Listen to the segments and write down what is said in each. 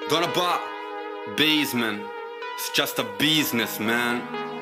Gonna buy basement. It's just a business, man.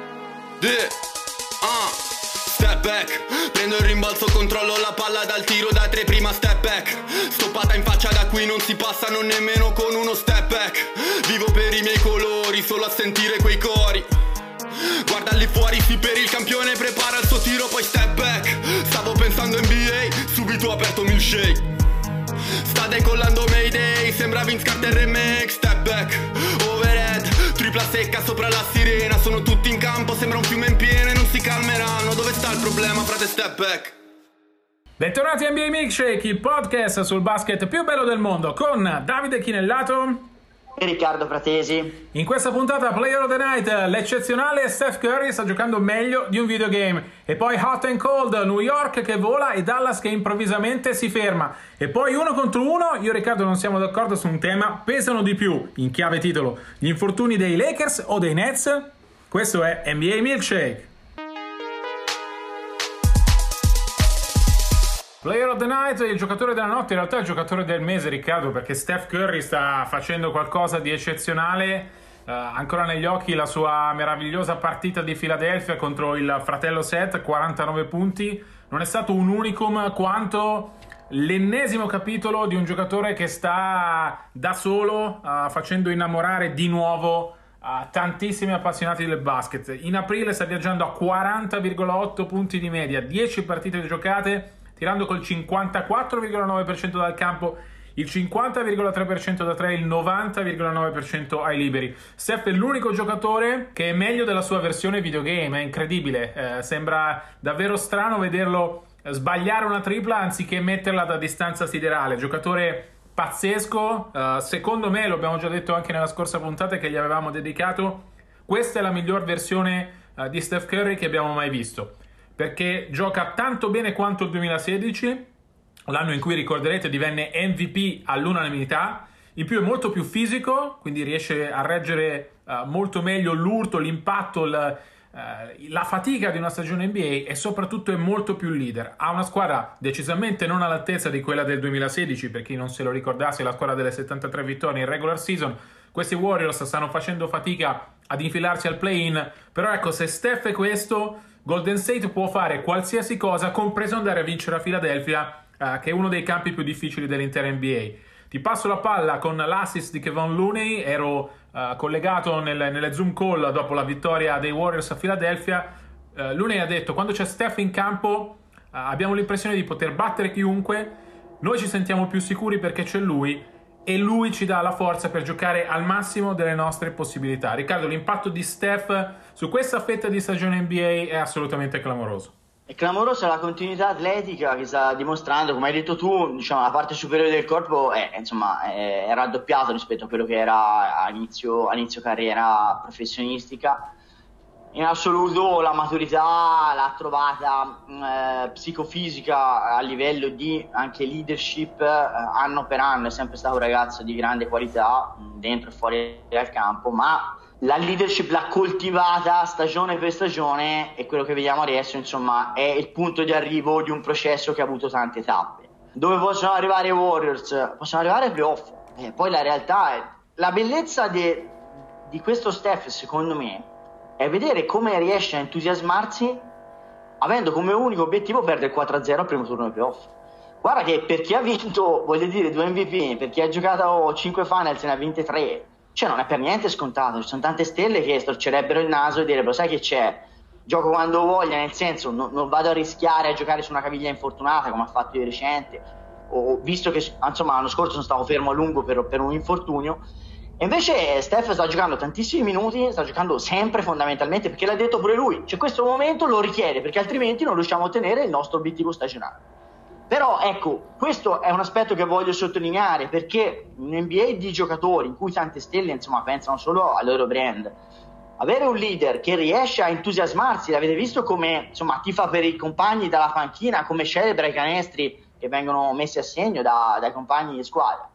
Step back, prendo il rimbalzo, controllo la palla dal tiro da tre, prima step back. Stoppata in faccia, da qui non si passa non nemmeno con uno step back. Vivo per i miei colori, solo a sentire quei cori. Guarda lì fuori, sì, per il campione, prepara il suo tiro, poi step back. Stavo pensando NBA, subito ho aperto milkshake. Sta decollando Mayday, sembra Vince Carter remake. Step back, overhead, tripla secca sopra la sirena. Sono tutti in campo, sembra un fiume in piena e non si calmeranno. Dove sta il problema, frate? Step back. Bentornati a NBA Milkshake, il podcast sul basket più bello del mondo, con Davide Chinellato e Riccardo Fratesi. In questa puntata Player of the Night, l'eccezionale Steph Curry sta giocando meglio di un videogame. E poi Hot and Cold, New York che vola e Dallas che improvvisamente si ferma. E poi 1 contro 1, io e Riccardo non siamo d'accordo su un tema. Pesano di più, in chiave titolo, gli infortuni dei Lakers o dei Nets? Questo è NBA Milkshake. Player of the Night, il giocatore della notte, in realtà è il giocatore del mese, Riccardo, perché Steph Curry sta facendo qualcosa di eccezionale. Ancora negli occhi la sua meravigliosa partita di Philadelphia contro il fratello Seth, 49 punti. Non è stato un unicum quanto l'ennesimo capitolo di un giocatore che sta da solo facendo innamorare di nuovo tantissimi appassionati del basket. In aprile sta viaggiando a 40,8 punti di media, 10 partite giocate, tirando col 54,9% dal campo, il 50,3% da 3, il 90,9% ai liberi. Steph è l'unico giocatore che è meglio della sua versione videogame, è incredibile. Sembra davvero strano vederlo sbagliare una tripla anziché metterla da distanza siderale. Giocatore pazzesco, secondo me, lo abbiamo già detto anche nella scorsa puntata che gli avevamo dedicato, questa è la miglior versione di Steph Curry che abbiamo mai visto, perché gioca tanto bene quanto il 2016, l'anno in cui, ricorderete, divenne MVP all'unanimità. In più è molto più fisico, quindi riesce a reggere molto meglio l'urto, l'impatto, la fatica di una stagione NBA, e soprattutto è molto più leader. Ha una squadra decisamente non all'altezza di quella del 2016, per chi non se lo ricordasse, la squadra delle 73 vittorie in regular season. Questi Warriors stanno facendo fatica ad infilarsi al play-in, però ecco, se Steph è questo, Golden State può fare qualsiasi cosa, compreso andare a vincere a Philadelphia, che è uno dei campi più difficili dell'intera NBA. Ti passo la palla con l'assist di Kevon Looney. Ero collegato nelle Zoom call dopo la vittoria dei Warriors a Philadelphia. Looney ha detto: quando c'è Steph in campo abbiamo l'impressione di poter battere chiunque, noi ci sentiamo più sicuri perché c'è lui e lui ci dà la forza per giocare al massimo delle nostre possibilità. Riccardo, l'impatto di Steph su questa fetta di stagione NBA è assolutamente clamoroso. È clamorosa la continuità atletica che sta dimostrando, come hai detto tu, diciamo, la parte superiore del corpo è raddoppiato rispetto a quello che era a inizio carriera professionistica. In assoluto la maturità l'ha trovata psicofisica a livello di anche leadership, anno per anno è sempre stato un ragazzo di grande qualità dentro e fuori dal campo, ma la leadership l'ha coltivata stagione per stagione, e quello che vediamo adesso, insomma, è il punto di arrivo di un processo che ha avuto tante tappe. Dove possono arrivare i Warriors? Possono arrivare ai playoff. Poi la realtà è la bellezza di questo Steph, secondo me, è vedere come riesce a entusiasmarsi avendo come unico obiettivo perdere 4-0 al primo turno dei playoff. Guarda che per chi ha vinto, voglio dire, 2 MVP, per chi ha giocato 5 finals e ne ha vinte 3, cioè non è per niente scontato. Ci sono tante stelle che storcerebbero il naso e direbbero: sai che c'è, gioco quando voglio, nel senso non vado a rischiare a giocare su una caviglia infortunata come ha fatto di recente, o visto che insomma l'anno scorso sono stato fermo a lungo per un infortunio. E invece Steph sta giocando tantissimi minuti, sta giocando sempre fondamentalmente, perché l'ha detto pure lui, cioè questo momento lo richiede, perché altrimenti non riusciamo a ottenere il nostro obiettivo stagionale. Però ecco, questo è un aspetto che voglio sottolineare, perché in NBA di giocatori in cui tante stelle insomma pensano solo al loro brand, avere un leader che riesce a entusiasmarsi, l'avete visto come insomma tifa per i compagni dalla panchina, come celebra i canestri che vengono messi a segno dai compagni di squadra.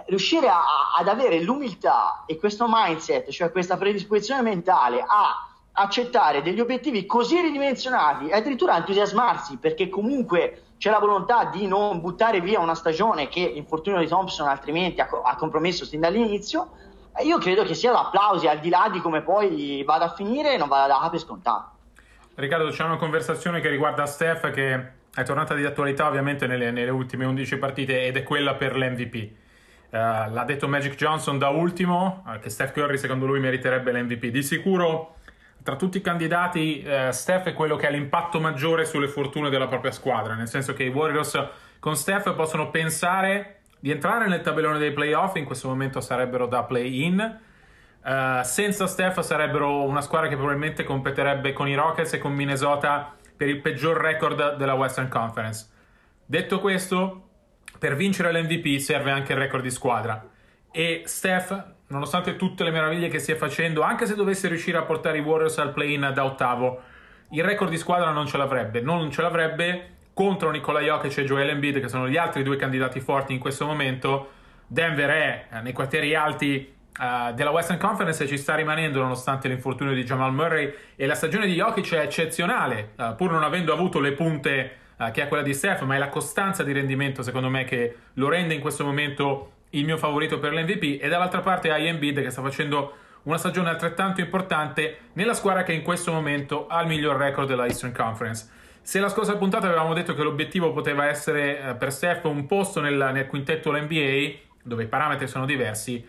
Riuscire ad avere l'umiltà e questo mindset, cioè questa predisposizione mentale a accettare degli obiettivi così ridimensionati e addirittura entusiasmarsi, perché comunque c'è la volontà di non buttare via una stagione che l'infortunio di Thompson altrimenti ha compromesso sin dall'inizio. Io credo che sia da applausi, al di là di come poi vada a finire, non vada data per scontato. Riccardo, c'è una conversazione che riguarda Steph, che è tornata di attualità ovviamente nelle ultime 11 partite, ed è quella per l'MVP. L'ha detto Magic Johnson da ultimo, che Steph Curry secondo lui meriterebbe l'MVP. Di sicuro tra tutti i candidati Steph è quello che ha l'impatto maggiore sulle fortune della propria squadra, nel senso che i Warriors con Steph possono pensare di entrare nel tabellone dei playoff, in questo momento sarebbero da play-in. Senza Steph sarebbero una squadra che probabilmente competerebbe con i Rockets e con Minnesota per il peggior record della Western Conference. Detto questo, per vincere l'MVP serve anche il record di squadra, e Steph, nonostante tutte le meraviglie che stia facendo, anche se dovesse riuscire a portare i Warriors al play-in da ottavo, il record di squadra non ce l'avrebbe contro Nikola Jokic e Joel Embiid, che sono gli altri due candidati forti in questo momento. Denver è nei quartieri alti della Western Conference e ci sta rimanendo nonostante l'infortunio di Jamal Murray, e la stagione di Jokic è eccezionale, pur non avendo avuto le punte che ha quella di Steph, ma è la costanza di rendimento secondo me che lo rende in questo momento il mio favorito per l'MVP. E dall'altra parte hai Embiid, che sta facendo una stagione altrettanto importante nella squadra che in questo momento ha il miglior record della Eastern Conference. Se la scorsa puntata avevamo detto che l'obiettivo poteva essere per Steph un posto nel quintetto dell'NBA, dove i parametri sono diversi,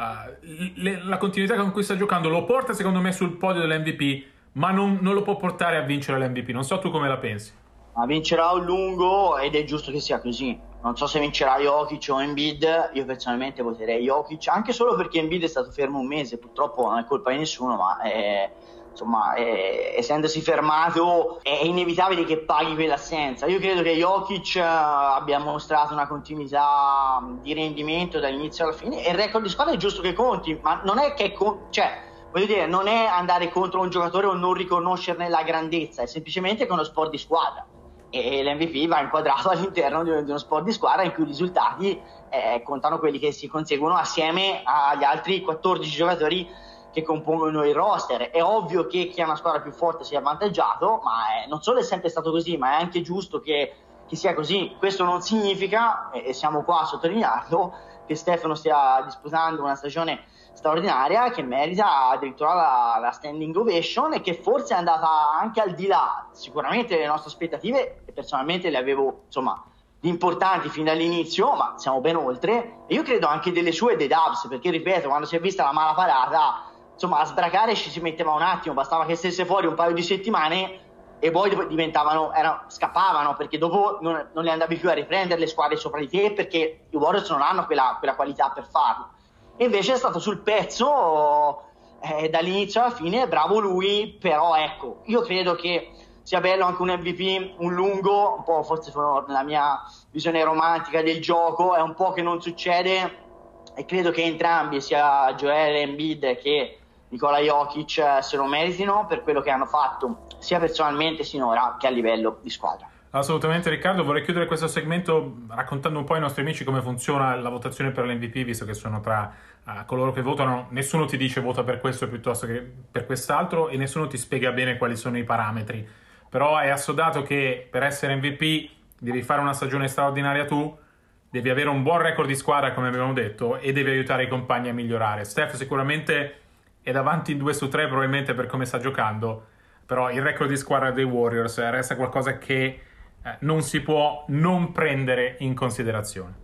la continuità con cui sta giocando lo porta secondo me sul podio dell'MVP, ma non lo può portare a vincere l'MVP. Non so tu come la pensi. Ma vincerà un lungo, ed è giusto che sia così. Non so se vincerà Jokic o Embiid. Io personalmente voterei Jokic, anche solo perché Embiid è stato fermo un mese, purtroppo non è colpa di nessuno, ma essendosi fermato è inevitabile che paghi quell'assenza. Io credo che Jokic abbia mostrato una continuità di rendimento dall'inizio alla fine, e il record di squadra è giusto che conti, ma non è che voglio dire, non è andare contro un giocatore o non riconoscerne la grandezza, è semplicemente che è uno sport di squadra, e l'MVP va inquadrato all'interno di uno sport di squadra in cui i risultati contano quelli che si conseguono assieme agli altri 14 giocatori che compongono il roster. È ovvio che chi ha una squadra più forte sia avvantaggiato, ma non solo è sempre stato così, ma è anche giusto che sia così. Questo non significa, e siamo qua a sottolinearlo, che Stefano stia disputando una stagione straordinaria che merita addirittura la standing ovation, e che forse è andata anche al di là sicuramente delle nostre aspettative, e personalmente le avevo di importanti fin dall'inizio, ma siamo ben oltre. E io credo anche delle sue e dei Dubs, perché ripeto, quando si è vista la mala parata, a sbracare ci si metteva un attimo, bastava che stesse fuori un paio di settimane e poi scappavano, perché dopo non le andavi più a riprendere le squadre sopra di te, perché i Warriors non hanno quella qualità per farlo. E invece è stato sul pezzo dall'inizio alla fine, bravo lui. Però ecco, io credo che sia bello anche un MVP, un lungo, un po' forse sono nella mia visione romantica del gioco, è un po' che non succede, e credo che entrambi, sia Joel Embiid che Nikola Jokic, se lo meritino per quello che hanno fatto sia personalmente sinora che a livello di squadra. Assolutamente Riccardo, vorrei chiudere questo segmento raccontando un po' ai nostri amici come funziona la votazione per l'MVP, visto che sono tra coloro che votano. Nessuno ti dice vota per questo piuttosto che per quest'altro, e nessuno ti spiega bene quali sono i parametri, però è assodato che per essere MVP devi fare una stagione straordinaria tu, devi avere un buon record di squadra come abbiamo detto, e devi aiutare i compagni a migliorare. Steph sicuramente è davanti in 2 su 3 probabilmente per come sta giocando, però il record di squadra dei Warriors resta qualcosa che non si può non prendere in considerazione.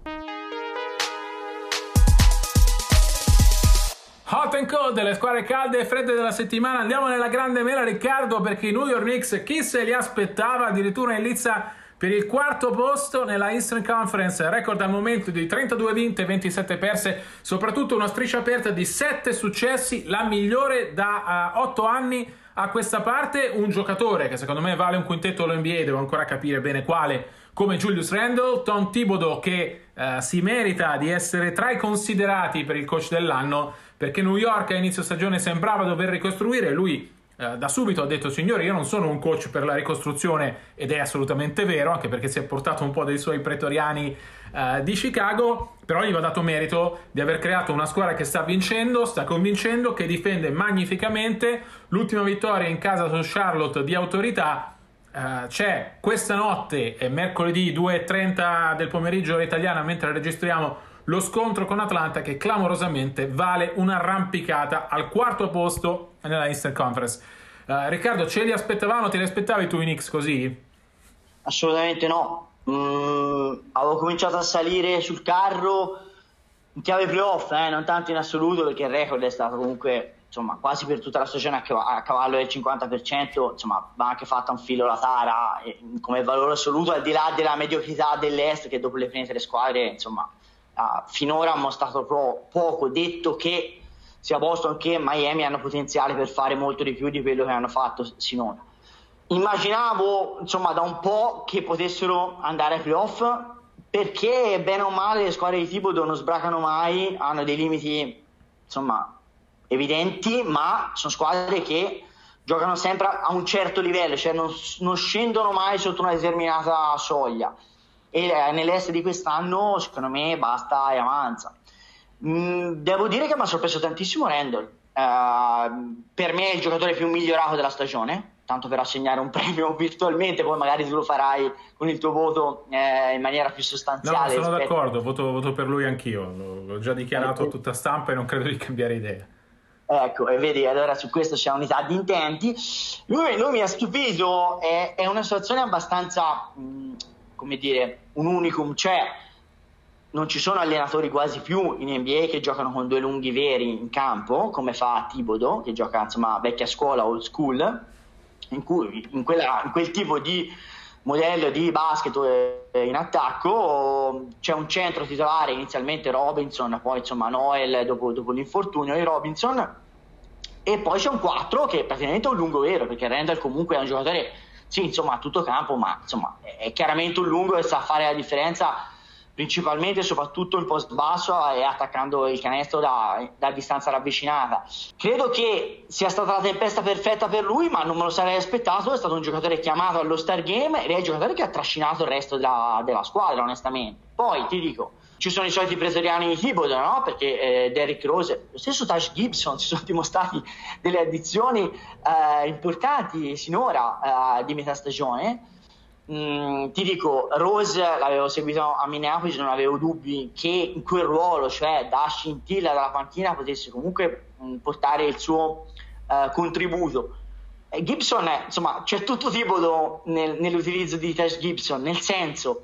Hot and cold, le squadre calde e fredde della settimana. Andiamo nella grande mela, Riccardo, perché i New York Knicks, chi se li aspettava, addirittura in lizza per il 4º posto nella Eastern Conference. Record al momento di 32 vinte e 27 perse, soprattutto una striscia aperta di 7 successi, la migliore da 8 anni a questa parte. Un giocatore che secondo me vale un quintetto all'NBA, devo ancora capire bene quale, come Julius Randle. Tom Thibodeau, che si merita di essere tra i considerati per il coach dell'anno, perché New York a inizio stagione sembrava dover ricostruire, lui da subito ha detto: signori, io non sono un coach per la ricostruzione, ed è assolutamente vero, anche perché si è portato un po' dei suoi pretoriani di Chicago, però gli va dato merito di aver creato una squadra che sta vincendo, sta convincendo, che difende magnificamente. L'ultima vittoria in casa su Charlotte di autorità. C'è questa notte, è mercoledì 2:30 del pomeriggio ora italiana, mentre registriamo, lo scontro con Atlanta, che clamorosamente vale un'arrampicata al quarto posto nella Eastern Conference. Riccardo, ce li aspettavamo? Te li aspettavi tu i Knicks così? Assolutamente no. Avevo cominciato a salire sul carro in chiave playoff, non tanto in assoluto, perché il record è stato comunque, insomma, quasi per tutta la stagione a cavallo del 50%, insomma, va anche fatta un filo la tara come valore assoluto, al di là della mediocrità dell'Est, che dopo le prime 3 squadre, insomma, finora ha mostrato poco, detto che sia Boston che Miami hanno potenziale per fare molto di più di quello che hanno fatto sinora. Immaginavo, insomma, da un po' che potessero andare ai playoff, perché bene o male le squadre di Thibodeau non sbracano mai, hanno dei limiti, insomma, evidenti, ma sono squadre che giocano sempre a un certo livello, cioè non scendono mai sotto una determinata soglia, e nell'Est di quest'anno secondo me basta e avanza. Devo dire che mi ha sorpreso tantissimo Randle. Per me è il giocatore più migliorato della stagione, tanto per assegnare un premio virtualmente, poi magari tu lo farai con il tuo voto in maniera più sostanziale. No, sono d'accordo, voto per lui anch'io, l'ho già dichiarato a tutta stampa e non credo di cambiare idea. Ecco, e vedi, allora su questo c'è unità di intenti. Lui mi ha stupito, è una situazione abbastanza, come dire, un unicum, cioè non ci sono allenatori quasi più in NBA che giocano con 2 lunghi veri in campo, come fa Thibodeau, che gioca, insomma, vecchia scuola, old school, in cui in quel tipo di modello di basket in attacco c'è un centro titolare, inizialmente Robinson, poi insomma Noel dopo l'infortunio di Robinson, e poi c'è un 4 che è praticamente un lungo vero, perché Randall comunque è un giocatore, sì, insomma, a tutto campo, ma insomma è chiaramente un lungo e sa fare la differenza, principalmente soprattutto in post basso e attaccando il canestro da distanza ravvicinata. Credo che sia stata la tempesta perfetta per lui, ma non me lo sarei aspettato. È stato un giocatore chiamato allo Star Game ed è il giocatore che ha trascinato il resto della squadra, onestamente. Poi ti dico, ci sono i soliti pretoriani di Thibodeau, no? Perché Derrick Rose, lo stesso Taj Gibson, si sono dimostrati delle addizioni importanti sinora di metà stagione. Ti dico, Rose l'avevo seguito a Minneapolis, non avevo dubbi che in quel ruolo, cioè da scintilla dalla panchina, potesse comunque portare il suo contributo. Gibson, insomma, c'è tutto Thibodeau nell'utilizzo di Taj Gibson, nel senso,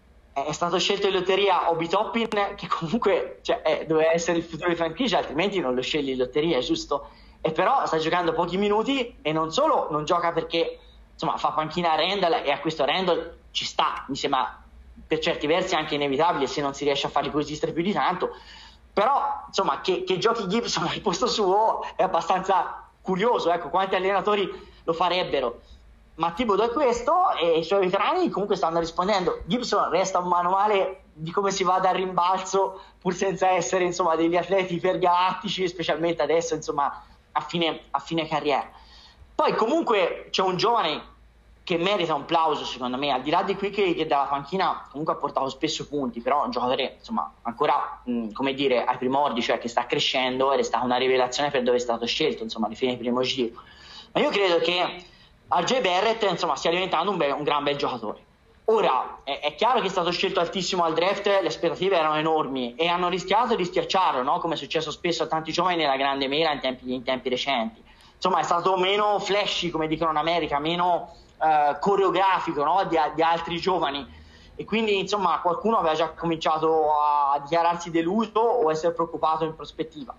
è stato scelto in lotteria Obi Toppin, che comunque doveva essere il futuro di franchigia, altrimenti non lo scegli in lotteria, giusto? E però sta giocando pochi minuti, e non solo non gioca perché, insomma, fa panchina a Randall, e a questo Randall ci sta, mi sembra per certi versi anche inevitabile se non si riesce a farli resistere più di tanto, però insomma che giochi Gibson al posto suo è abbastanza curioso, ecco, quanti allenatori lo farebbero. Ma Thibodeau è questo, e i suoi veterani comunque stanno rispondendo. Gibson resta un manuale di come si va dal rimbalzo, pur senza essere, insomma, degli atleti ipergalattici, specialmente adesso, insomma, a fine carriera. Poi comunque c'è un giovane che merita un plauso, secondo me, al di là di qui che dalla panchina comunque ha portato spesso punti, però è un giocatore, insomma, ancora come dire, ai primordi, cioè che sta crescendo, ed è stata una rivelazione per dove è stato scelto, insomma, alla fine del primo giro. Ma io credo che RJ Barrett, insomma, stia diventando un gran bel giocatore. Ora è chiaro che è stato scelto altissimo al draft, le aspettative erano enormi e hanno rischiato di schiacciarlo, no? Come è successo spesso a tanti giovani nella grande mela in tempi recenti. Insomma, è stato meno flashy, come dicono in America, meno coreografico, no? di altri giovani, e quindi, insomma, qualcuno aveva già cominciato a dichiararsi deluso o essere preoccupato in prospettiva.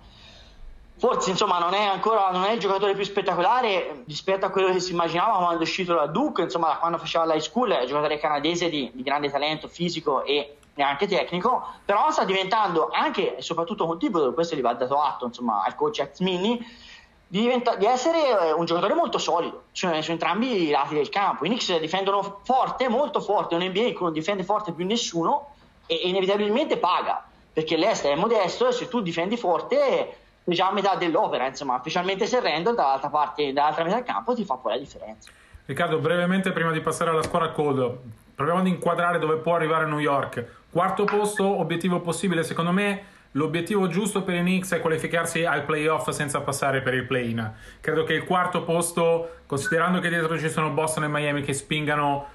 Forse, insomma, non è il giocatore più spettacolare rispetto a quello che si immaginava quando è uscito da Duke, insomma, da quando faceva l'high school. È un giocatore canadese di grande talento fisico e anche tecnico, però sta diventando, anche e soprattutto con Thibodeau, questo gli va dato atto, insomma, al coach ex Minnie, di essere un giocatore molto solido su entrambi i lati del campo. I Knicks difendono forte, molto forte, un NBA che non difende forte più nessuno, e inevitabilmente paga, perché l'Est è modesto, e se tu difendi forte già a metà dell'opera, insomma, specialmente se Randall dall'altra metà del campo ti fa poi la differenza. Riccardo, brevemente prima di passare alla squadra cold, proviamo ad inquadrare dove può arrivare New York. Quarto posto, obiettivo possibile secondo me. L'obiettivo giusto per i Knicks è qualificarsi al playoff senza passare per il play-in. Credo che il quarto posto, considerando che dietro ci sono Boston e Miami che spingono,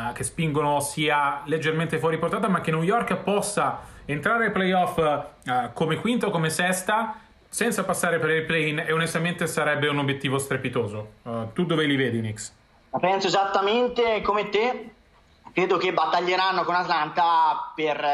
sia leggermente fuori portata, ma che New York possa entrare ai playoff come quinta o come sesta senza passare per il play-in, e onestamente sarebbe un obiettivo strepitoso. Tu dove li vedi, Knicks? La penso esattamente come te. Credo che battaglieranno con Atlanta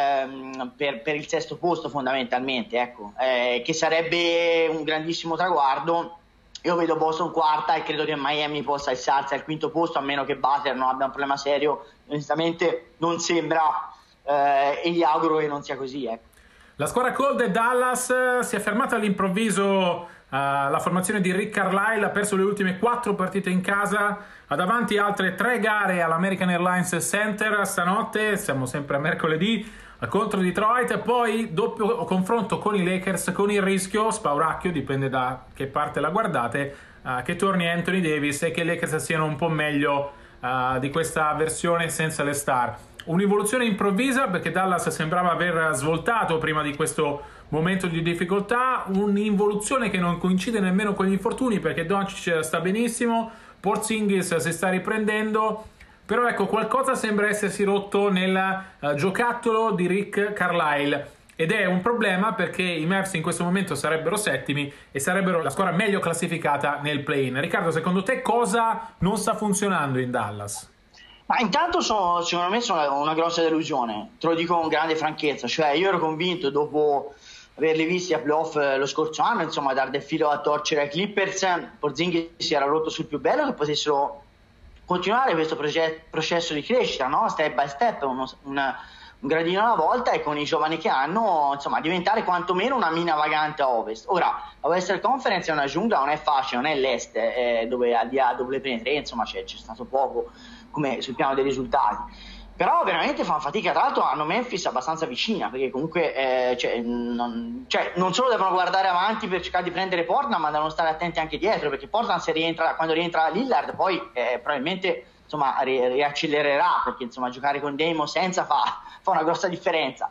per il sesto posto fondamentalmente, ecco, che sarebbe un grandissimo traguardo. Io vedo Boston quarta e credo che Miami possa alzarsi al quinto posto, a meno che Butler non abbia un problema serio. Onestamente non sembra, e gli auguro che non sia così, ecco. La squadra cold è Dallas. Si è fermata all'improvviso la formazione di Rick Carlisle, ha perso le ultime 4 partite in casa, ha davanti altre 3 gare all'American Airlines Center stanotte, siamo sempre a mercoledì, contro Detroit, poi doppio confronto con i Lakers, con il rischio, spauracchio, dipende da che parte la guardate, che torni Anthony Davis e che i Lakers siano un po' meglio di questa versione senza le star. Un'evoluzione improvvisa, perché Dallas sembrava aver svoltato prima di questo momento di difficoltà, un'involuzione che non coincide nemmeno con gli infortuni, perché Doncic sta benissimo, Porzingis si sta riprendendo, però ecco, qualcosa sembra essersi rotto nel giocattolo di Rick Carlisle, ed è un problema perché i Mavs in questo momento sarebbero settimi e sarebbero la squadra meglio classificata nel play-in. Riccardo, secondo te cosa non sta funzionando in Dallas? Ma intanto secondo me sono una grossa delusione, te lo dico con grande franchezza, cioè io ero convinto, dopo averli visti a playoff lo scorso anno, insomma, dar del filo a torcere ai Clippers, Porzingis si era rotto sul più bello, che potessero continuare questo processo di crescita, no? Step by step, un gradino alla volta, e con i giovani che hanno, insomma, diventare quantomeno una mina vagante a Ovest. Ora, la Western Conference è una giungla, non è facile, non è l'Est, dove al di là dopo le prime 3, insomma, c'è stato poco come sul piano dei risultati, però veramente fanno fatica. Tra l'altro hanno Memphis abbastanza vicina, perché comunque non solo devono guardare avanti per cercare di prendere Portland, ma devono stare attenti anche dietro, perché Portland quando rientra Lillard poi probabilmente, insomma, riaccelererà, perché insomma giocare con Damo senza fa una grossa differenza,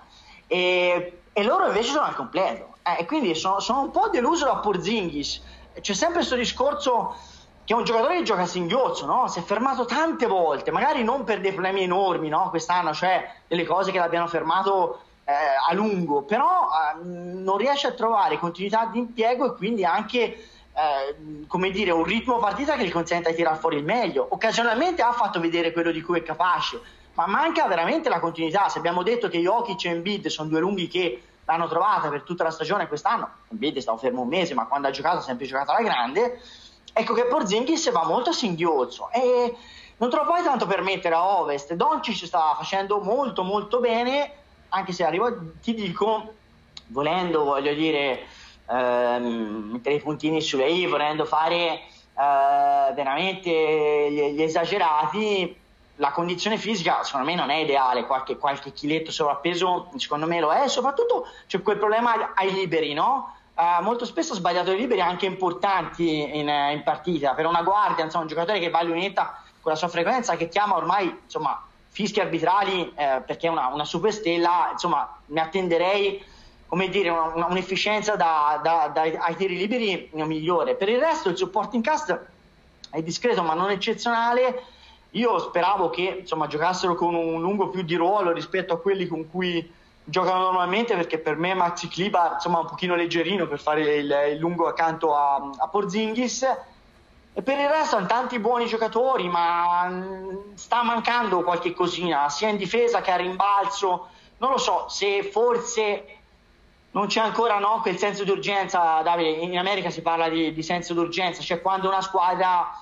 e loro invece sono al completo, e quindi sono un po' deluso da Porzingis. C'è sempre questo discorso che è un giocatore che gioca a singhiozzo, no? Si è fermato tante volte, magari non per dei problemi enormi, no? Quest'anno, cioè delle cose che l'abbiano fermato a lungo, però non riesce a trovare continuità di impiego, e quindi anche come dire, un ritmo partita che gli consenta di tirare fuori il meglio. Occasionalmente ha fatto vedere quello di cui è capace, ma manca veramente la continuità. Se abbiamo detto che Jokic e Embiid sono due lunghi che l'hanno trovata per tutta la stagione quest'anno, Embiid è stato fermo un mese, ma quando ha giocato ha sempre giocato alla grande. Ecco che Porzingis va molto a singhiozzo e non te lo puoi tanto permettere a Ovest. Doncic sta facendo molto molto bene, anche se ti dico, volendo, voglio dire, mettere i puntini sulle i, volendo fare veramente gli esagerati, la condizione fisica secondo me non è ideale. Qualche chiletto sovrappeso secondo me lo è, soprattutto c'è quel problema ai liberi, no? Molto spesso ha sbagliato i liberi anche importanti in partita. Per una guardia, insomma, un giocatore che va a lunetta con la sua frequenza, che chiama ormai, insomma, fischi arbitrali, perché è una superstella, insomma, ne attenderei, come dire, un'efficienza ai tiri liberi migliore. Per il resto il supporting cast è discreto ma non eccezionale. Io speravo che, insomma, giocassero con un lungo più di ruolo rispetto a quelli con cui giocano normalmente, perché per me Maxi Kleber, insomma, è un pochino leggerino per fare il lungo accanto a Porzingis. E per il resto hanno tanti buoni giocatori, ma sta mancando qualche cosina sia in difesa che a rimbalzo. Non lo so se forse non c'è ancora, no, quel senso di urgenza. Davide, in America si parla di senso d'urgenza, cioè quando una squadra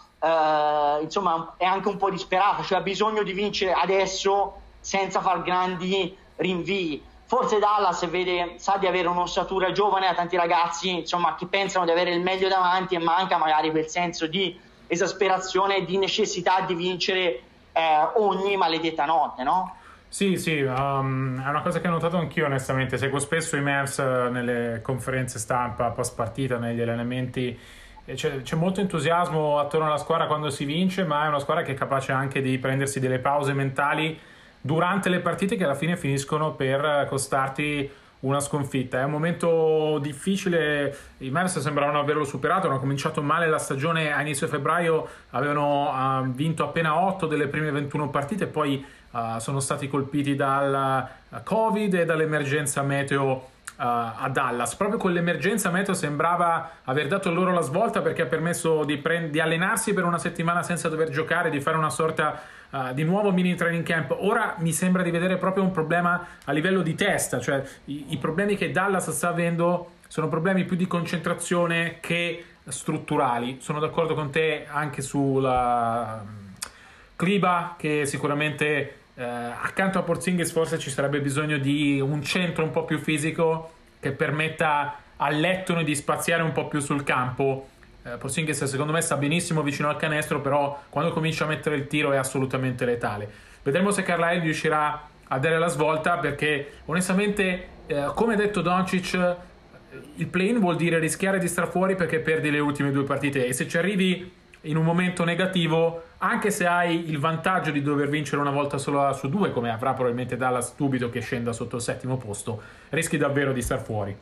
insomma è anche un po' disperata, cioè ha bisogno di vincere adesso senza far grandi rinvii. Forse Dallas sa di avere un'ossatura giovane, ha tanti ragazzi, insomma, che pensano di avere il meglio davanti, e manca magari quel senso di esasperazione e di necessità di vincere ogni maledetta notte, no? Sì, è una cosa che ho notato anch'io onestamente, seguo spesso i Mavs nelle conferenze stampa post partita, negli allenamenti, e c'è molto entusiasmo attorno alla squadra quando si vince, ma è una squadra che è capace anche di prendersi delle pause mentali durante le partite che alla fine finiscono per costarti una sconfitta. È un momento difficile, i Mavs sembravano averlo superato, hanno cominciato male la stagione a inizio febbraio, avevano vinto appena 8 delle prime 21 partite, poi sono stati colpiti dal Covid e dall'emergenza meteo a Dallas. Proprio con l'emergenza meteo sembrava aver dato loro la svolta, perché ha permesso di allenarsi per una settimana senza dover giocare, di fare una sorta di nuovo mini training camp. Ora mi sembra di vedere proprio un problema a livello di testa, cioè i problemi che Dallas sta avendo sono problemi più di concentrazione che strutturali. Sono d'accordo con te anche sulla Kleber, che sicuramente accanto a Porzingis forse ci sarebbe bisogno di un centro un po' più fisico che permetta al Letton di spaziare un po' più sul campo. Porzingis secondo me sta benissimo vicino al canestro, però quando comincia a mettere il tiro è assolutamente letale. Vedremo se Carlisle riuscirà a dare la svolta, perché onestamente come ha detto Doncic, il play-in vuol dire rischiare di star fuori perché perdi le ultime 2 partite, e se ci arrivi in un momento negativo, anche se hai il vantaggio di dover vincere una volta solo su 2, come avrà probabilmente Dallas dubito che scenda sotto il 7° posto, rischi davvero di star fuori.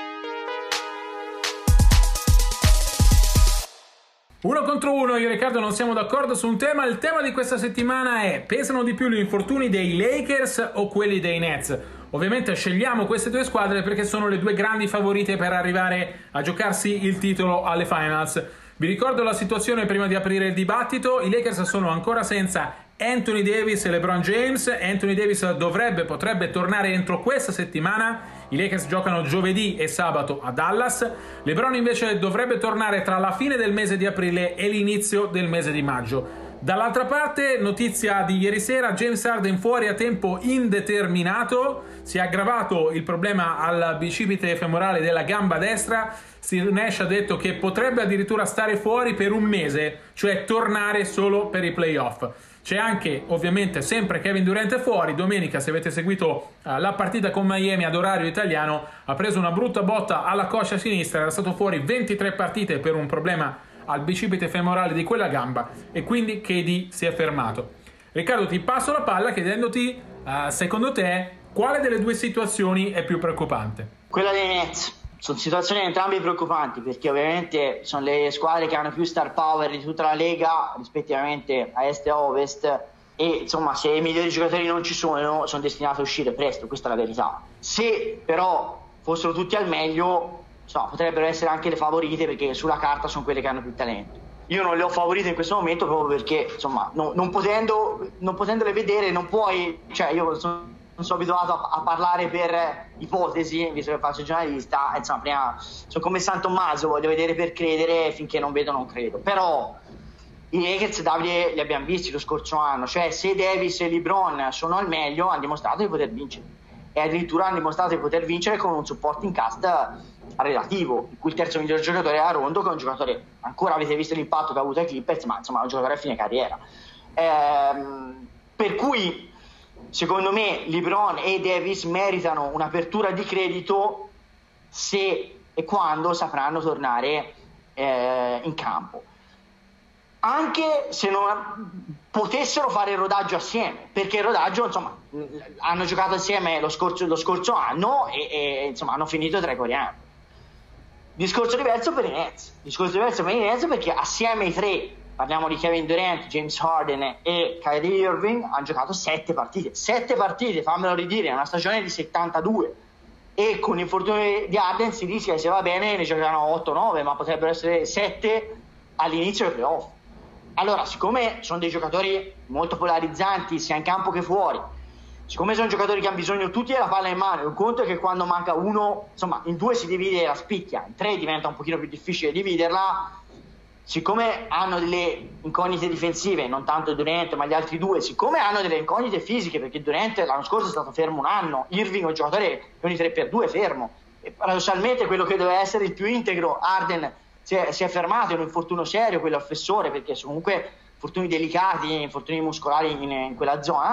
1 contro 1, io e Riccardo non siamo d'accordo su un tema. Il tema di questa settimana è: pesano di più gli infortuni dei Lakers o quelli dei Nets? Ovviamente scegliamo queste 2 squadre perché sono le 2 grandi favorite per arrivare a giocarsi il titolo alle finals. Vi ricordo la situazione prima di aprire il dibattito: i Lakers sono ancora senza Anthony Davis e LeBron James. Anthony Davis potrebbe tornare entro questa settimana. I Lakers giocano giovedì e sabato a Dallas. LeBron invece dovrebbe tornare tra la fine del mese di aprile e l'inizio del mese di maggio. Dall'altra parte, notizia di ieri sera: James Harden fuori a tempo indeterminato. Si è aggravato il problema al bicipite femorale della gamba destra. Steve Nash ha detto che potrebbe addirittura stare fuori per un mese, cioè tornare solo per i playoff. C'è anche ovviamente sempre Kevin Durant fuori. Domenica, se avete seguito la partita con Miami ad orario italiano, ha preso una brutta botta alla coscia sinistra, era stato fuori 23 partite per un problema al bicipite femorale di quella gamba, e quindi KD si è fermato. Riccardo, ti passo la palla chiedendoti secondo te quale delle 2 situazioni è più preoccupante? Quella dei Nets. Sono situazioni entrambe preoccupanti, perché ovviamente sono le squadre che hanno più star power di tutta la Lega, rispettivamente a est e a ovest, e insomma se i migliori giocatori non ci sono destinati a uscire presto, questa è la verità. Se però fossero tutti al meglio, insomma, potrebbero essere anche le favorite, perché sulla carta sono quelle che hanno più talento. Io non le ho favorite in questo momento proprio perché insomma non potendole vedere non puoi, cioè io non sono abituato a parlare per ipotesi, visto che faccio giornalista, insomma prima sono come San Tommaso, voglio vedere per credere, finché non vedo non credo. Però i Lakers, Davide, li abbiamo visti lo scorso anno, cioè se Davis e LeBron sono al meglio hanno dimostrato di poter vincere, e addirittura hanno dimostrato di poter vincere con un supporting cast relativo, in cui il terzo miglior giocatore era Rondo, che è un giocatore, ancora avete visto l'impatto che ha avuto ai Clippers, ma insomma è un giocatore a fine carriera, per cui secondo me LeBron e Davis meritano un'apertura di credito se e quando sapranno tornare in campo, anche se non potessero fare il rodaggio assieme, perché il rodaggio insomma hanno giocato assieme lo scorso anno e insomma hanno finito tra i coreani. Discorso diverso per i Nets, perché assieme ai 3, parliamo di Kevin Durant, James Harden e Kyrie Irving, hanno giocato 7 partite, fammelo ridire, è una stagione di 72, e con l'infortunio di Harden si rischia, se va bene ne giocheranno 8-9, ma potrebbero essere 7 all'inizio dei playoff. Allora, siccome sono dei giocatori molto polarizzanti sia in campo che fuori, siccome sono giocatori che hanno bisogno tutti della palla in mano, il conto è che quando manca uno, insomma in 2 si divide la spicchia, in 3 diventa un pochino più difficile dividerla. Siccome hanno delle incognite difensive, non tanto Durant ma gli altri 2, siccome hanno delle incognite fisiche, perché Durant l'anno scorso è stato fermo un anno, Irving è un giocatore che ogni 3x2 è fermo, e paradossalmente quello che doveva essere il più integro, Harden, si è fermato, è un infortunio serio, quello al fessore, perché sono comunque infortuni delicati, infortuni muscolari in quella zona.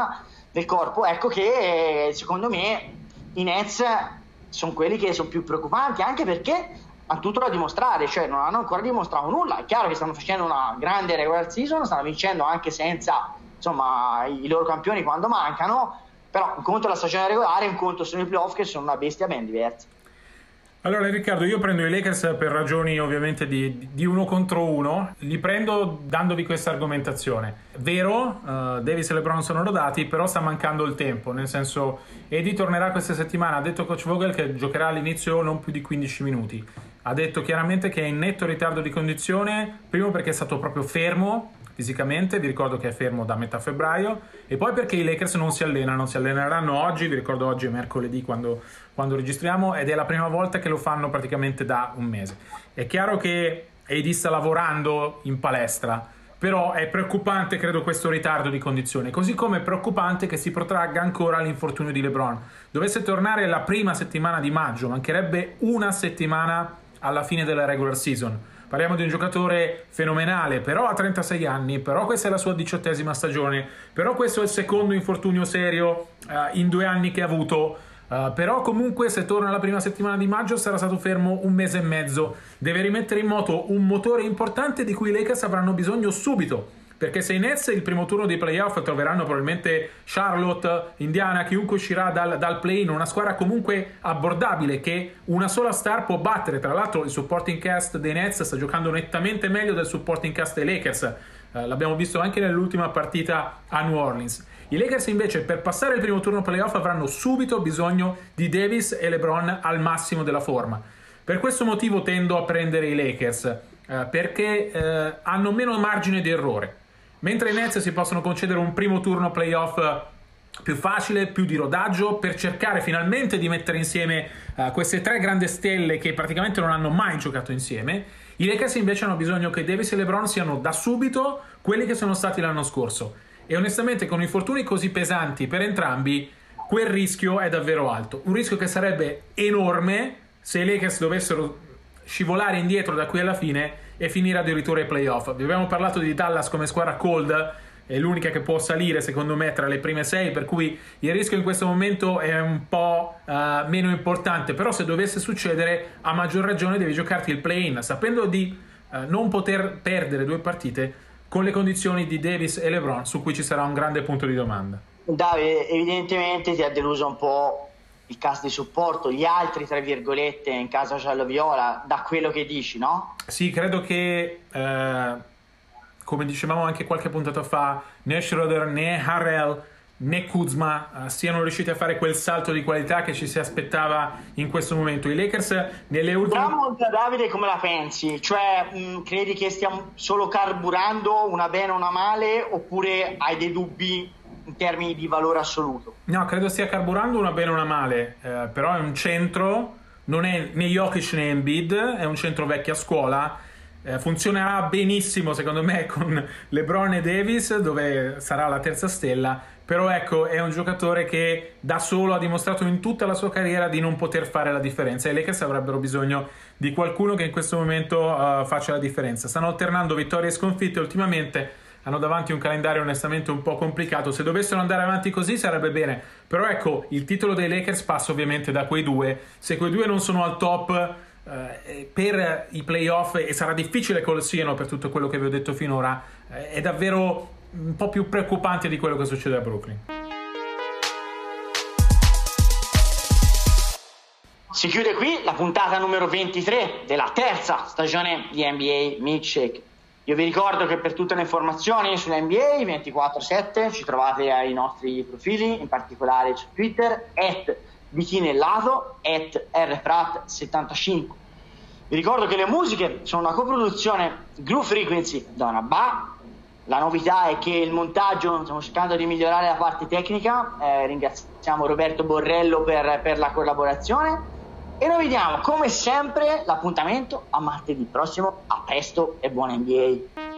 del corpo, ecco che secondo me i Nets sono quelli che sono più preoccupanti, anche perché hanno tutto da dimostrare, cioè non hanno ancora dimostrato nulla. È chiaro che stanno facendo una grande regular season, stanno vincendo anche senza, insomma, i loro campioni quando mancano, però un conto è la stagione regolare, un conto sono i playoff, che sono una bestia ben diversa. Allora Riccardo, io prendo i Lakers per ragioni ovviamente di uno contro uno, li prendo dandovi questa argomentazione. Vero, Davis e LeBron sono rodati, però sta mancando il tempo, nel senso, AD tornerà questa settimana, ha detto coach Vogel che giocherà all'inizio non più di 15 minuti, ha detto chiaramente che è in netto ritardo di condizione, primo perché è stato proprio fermo fisicamente, vi ricordo che è fermo da metà febbraio, e poi perché i Lakers non si alleneranno oggi, vi ricordo oggi è mercoledì quando registriamo, ed è la prima volta che lo fanno praticamente da un mese. È chiaro che AD sta lavorando in palestra, però è preoccupante credo questo ritardo di condizione, così come è preoccupante che si protragga ancora l'infortunio di LeBron. Dovesse tornare la prima settimana di maggio, mancherebbe una settimana alla fine della regular season. Parliamo di un giocatore fenomenale, però ha 36 anni, però questa è la sua 18ª stagione, però questo è il secondo infortunio serio in 2 anni che ha avuto, però comunque se torna la prima settimana di maggio sarà stato fermo 1 mese e mezzo, deve rimettere in moto un motore importante di cui i Lakers avranno bisogno subito, perché se i Nets il primo turno dei playoff troveranno probabilmente Charlotte, Indiana, chiunque uscirà dal play-in, una squadra comunque abbordabile che una sola star può battere. Tra l'altro il supporting cast dei Nets sta giocando nettamente meglio del supporting cast dei Lakers, l'abbiamo visto anche nell'ultima partita a New Orleans. I Lakers invece per passare il primo turno playoff avranno subito bisogno di Davis e LeBron al massimo della forma. Per questo motivo tendo a prendere i Lakers, perché hanno meno margine di errore. Mentre i Nets si possono concedere un primo turno playoff più facile, più di rodaggio, per cercare finalmente di mettere insieme queste 3 grandi stelle che praticamente non hanno mai giocato insieme, i Lakers invece hanno bisogno che Davis e LeBron siano da subito quelli che sono stati l'anno scorso. E onestamente con infortuni così pesanti per entrambi, quel rischio è davvero alto. Un rischio che sarebbe enorme se i Lakers dovessero scivolare indietro da qui alla fine e finire addirittura ai playoff. Vi abbiamo parlato di Dallas come squadra cold, è l'unica che può salire secondo me tra le prime 6, per cui il rischio in questo momento è un po' meno importante, però se dovesse succedere a maggior ragione devi giocarti il play-in sapendo di non poter perdere 2 partite con le condizioni di Davis e LeBron, su cui ci sarà un grande punto di domanda. Davide, evidentemente ti ha deluso un po' il cast di supporto, gli altri tra virgolette in casa giallo-viola, da quello che dici, no? Sì, credo che come dicevamo anche qualche puntata fa, né Schroeder né Harrell né Kuzma siano riusciti a fare quel salto di qualità che ci si aspettava in questo momento. I Lakers nelle ultime... Davide, come la pensi? Cioè, credi che stiamo solo carburando una bene o una male, oppure hai dei dubbi in termini di valore assoluto? No, credo stia carburando una bene o una male, però è un centro, non è né Jokic né Embiid, è un centro vecchia scuola, funzionerà benissimo secondo me con LeBron e Davis, dove sarà la terza stella, però ecco, è un giocatore che da solo ha dimostrato in tutta la sua carriera di non poter fare la differenza, e i Lakers avrebbero bisogno di qualcuno che in questo momento faccia la differenza. Stanno alternando vittorie e sconfitte ultimamente, hanno davanti un calendario onestamente un po' complicato. Se dovessero andare avanti così sarebbe bene, però ecco, il titolo dei Lakers passa ovviamente da quei due. Se quei due non sono al top per i playoff, e sarà difficile che lo siano per tutto quello che vi ho detto finora, è davvero un po' più preoccupante di quello che succede a Brooklyn. Si chiude qui la puntata numero 23 della terza stagione di NBA Milkshake. Io vi ricordo che per tutte le informazioni sull'NBA 24/7 ci trovate ai nostri profili, in particolare su Twitter @bichinellato, @rprat75. Vi ricordo che le musiche sono una coproduzione Glue Frequency da Onabà. La novità è che il montaggio stiamo cercando di migliorare la parte tecnica, ringraziamo Roberto Borrello per la collaborazione, e noi vediamo come sempre l'appuntamento a martedì prossimo. A presto e buona NBA.